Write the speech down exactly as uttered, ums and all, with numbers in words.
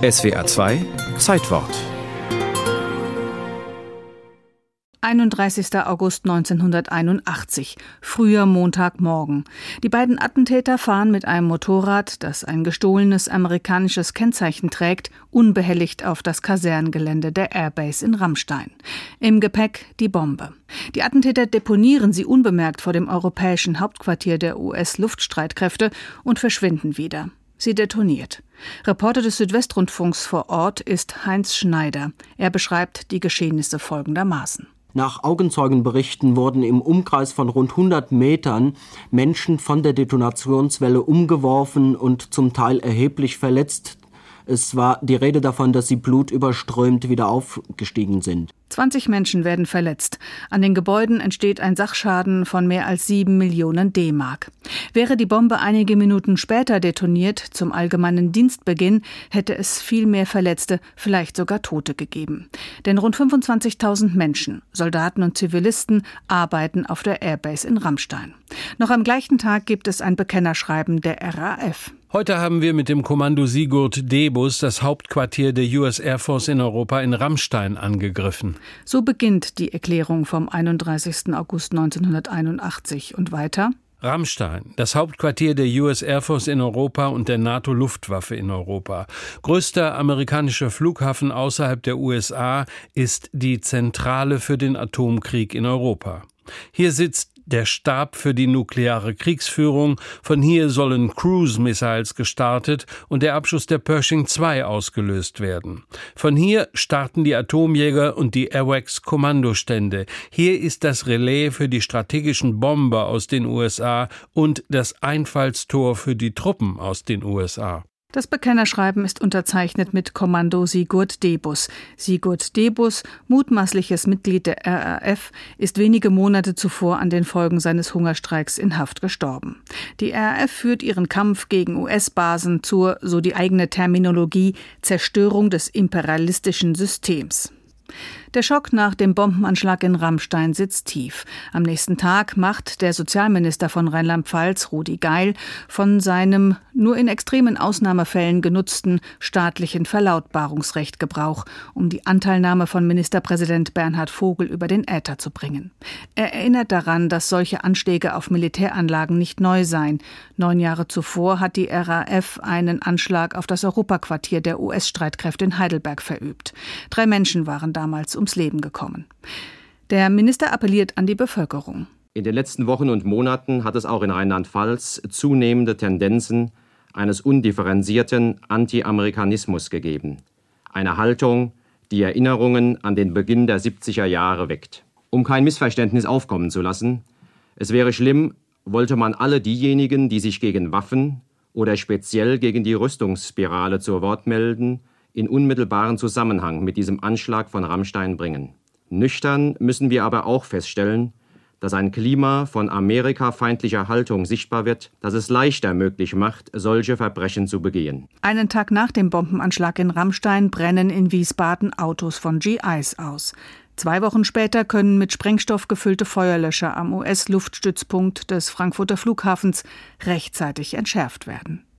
S W R zwei Zeitwort. einunddreißigster August neunzehnhunderteinundachtzig, früher Montagmorgen. Die beiden Attentäter fahren mit einem Motorrad, das ein gestohlenes amerikanisches Kennzeichen trägt, unbehelligt auf das Kasernengelände der Airbase in Ramstein. Im Gepäck die Bombe. Die Attentäter deponieren sie unbemerkt vor dem europäischen Hauptquartier der U S-Luftstreitkräfte und verschwinden wieder. Sie detoniert. Reporter des Südwestrundfunks vor Ort ist Heinz Schneider. Er beschreibt die Geschehnisse folgendermaßen. Nach Augenzeugenberichten wurden im Umkreis von rund hundert Metern Menschen von der Detonationswelle umgeworfen und zum Teil erheblich verletzt. Es war die Rede davon, dass sie blutüberströmt wieder aufgestiegen sind. zwanzig Menschen werden verletzt. An den Gebäuden entsteht ein Sachschaden von mehr als sieben Millionen D-Mark. Wäre die Bombe einige Minuten später detoniert, zum allgemeinen Dienstbeginn, hätte es viel mehr Verletzte, vielleicht sogar Tote gegeben. Denn rund fünfundzwanzigtausend Menschen, Soldaten und Zivilisten, arbeiten auf der Airbase in Ramstein. Noch am gleichen Tag gibt es ein Bekennerschreiben der R A F. Heute haben wir mit dem Kommando Sigurd Debus das Hauptquartier der U S Air Force in Europa in Ramstein angegriffen. So beginnt die Erklärung vom einunddreißigsten August neunzehnhunderteinundachtzig und weiter. Ramstein, das Hauptquartier der U S Air Force in Europa und der NATO-Luftwaffe in Europa. Größter amerikanischer Flughafen außerhalb der U S A ist die Zentrale für den Atomkrieg in Europa. Hier sitzt der Stab für die nukleare Kriegsführung. Von hier sollen Cruise-Missiles gestartet und der Abschuss der Pershing zwei ausgelöst werden. Von hier starten die Atomjäger und die AWACS-Kommandostände. Hier ist das Relais für die strategischen Bomber aus den U S A und das Einfallstor für die Truppen aus den U S A. Das Bekennerschreiben ist unterzeichnet mit Kommando Sigurd Debus. Sigurd Debus, mutmaßliches Mitglied der R A F, ist wenige Monate zuvor an den Folgen seines Hungerstreiks in Haft gestorben. Die R A F führt ihren Kampf gegen U S-Basen zur, so die eigene Terminologie, Zerstörung des imperialistischen Systems. Der Schock nach dem Bombenanschlag in Ramstein sitzt tief. Am nächsten Tag macht der Sozialminister von Rheinland-Pfalz, Rudi Geil, von seinem nur in extremen Ausnahmefällen genutzten staatlichen Verlautbarungsrecht Gebrauch, um die Anteilnahme von Ministerpräsident Bernhard Vogel über den Äther zu bringen. Er erinnert daran, dass solche Anschläge auf Militäranlagen nicht neu seien. Neun Jahre zuvor hat die R A F einen Anschlag auf das Europaquartier der U S-Streitkräfte in Heidelberg verübt. Drei Menschen waren damals ums Leben gekommen. Der Minister appelliert an die Bevölkerung. In den letzten Wochen und Monaten hat es auch in Rheinland-Pfalz zunehmende Tendenzen eines undifferenzierten Anti-Amerikanismus gegeben. Eine Haltung, die Erinnerungen an den Beginn der siebziger Jahre weckt. Um kein Missverständnis aufkommen zu lassen, es wäre schlimm, wollte man alle diejenigen, die sich gegen Waffen oder speziell gegen die Rüstungsspirale zu Wort melden, in unmittelbaren Zusammenhang mit diesem Anschlag von Ramstein bringen. Nüchtern müssen wir aber auch feststellen, dass ein Klima von amerikafeindlicher Haltung sichtbar wird, das es leichter möglich macht, solche Verbrechen zu begehen. Einen Tag nach dem Bombenanschlag in Ramstein brennen in Wiesbaden Autos von G Is aus. Zwei Wochen später können mit Sprengstoff gefüllte Feuerlöscher am U S-Luftstützpunkt des Frankfurter Flughafens rechtzeitig entschärft werden.